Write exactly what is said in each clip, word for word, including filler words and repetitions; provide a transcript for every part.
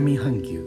南半球。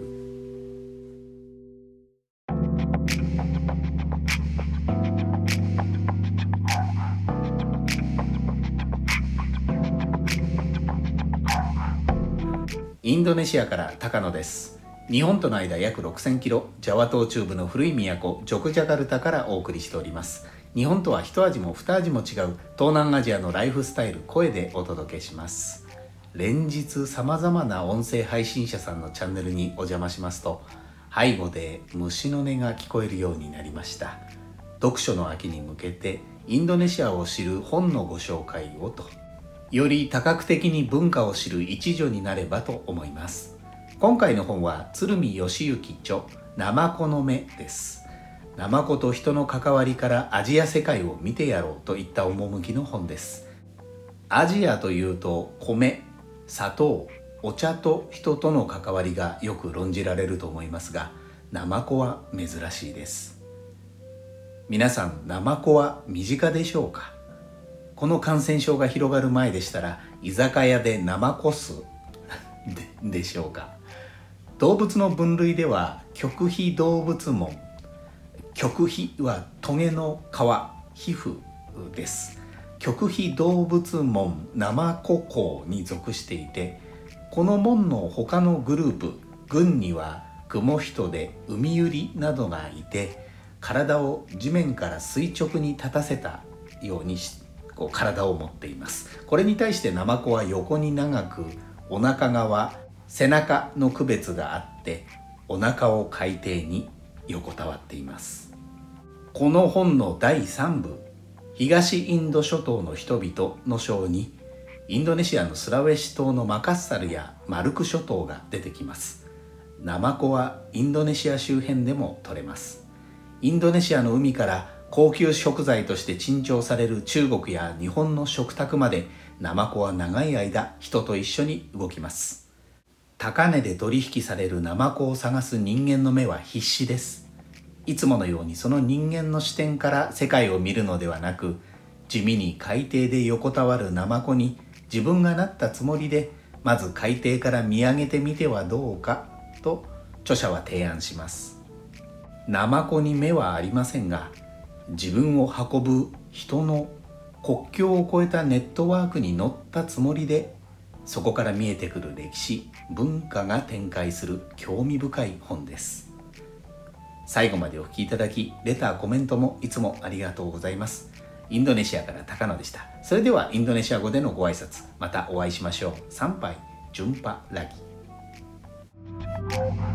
インドネシアから高野です。日本との間約ろくせんキロ、ジャワ島中部の古い都ジョクジャカルタからお送りしております。日本とは一味も二味も違う東南アジアのライフスタイル、声でお届けします。連日さまざまな音声配信者さんのチャンネルにお邪魔しますと、背後で虫の音が聞こえるようになりました。読書の秋に向けてインドネシアを知る本のご紹介をと、より多角的に文化を知る一助になればと思います。今回の本は鶴見義行著ナマコの目です。ナマコと人の関わりからアジア世界を見てやろうといった趣の本です。アジアというと米、砂糖、お茶と人との関わりがよく論じられると思いますが、ナマコは珍しいです。皆さん、ナマコは身近でしょうか？この感染症が広がる前でしたら、居酒屋でナマコスで, でしょうか。動物の分類では棘皮動物門、棘皮はトゲの皮、皮膚です。棘皮動物門ナマコ項に属していて、この門の他のグループ群にはクモヒトデ、ウミユリなどがいて、体を地面から垂直に立たせたようにしこう体を持っています。これに対してナマコは横に長く、お腹側、背中の区別があって、お腹を海底に横たわっています。この本のだいさん部、東インド諸島の人々の章に、インドネシアのスラウェシ島のマカッサルやマルク諸島が出てきます。ナマコはインドネシア周辺でも取れます。インドネシアの海から高級食材として珍重される中国や日本の食卓まで、ナマコは長い間人と一緒に動きます。高値で取引されるナマコを探す人間の目は必死です。いつものようにその人間の視点から世界を見るのではなく、地味に海底で横たわるナマコに自分がなったつもりで、まず海底から見上げてみてはどうかと著者は提案します。ナマコに目はありませんが、自分を運ぶ人の国境を越えたネットワークに乗ったつもりで、そこから見えてくる歴史、文化が展開する興味深い本です。最後までお聞きいただき、レター、コメントもいつもありがとうございます。インドネシアから高野でした。それではインドネシア語でのご挨拶、またお会いしましょう。参拝、ジュンパラギ。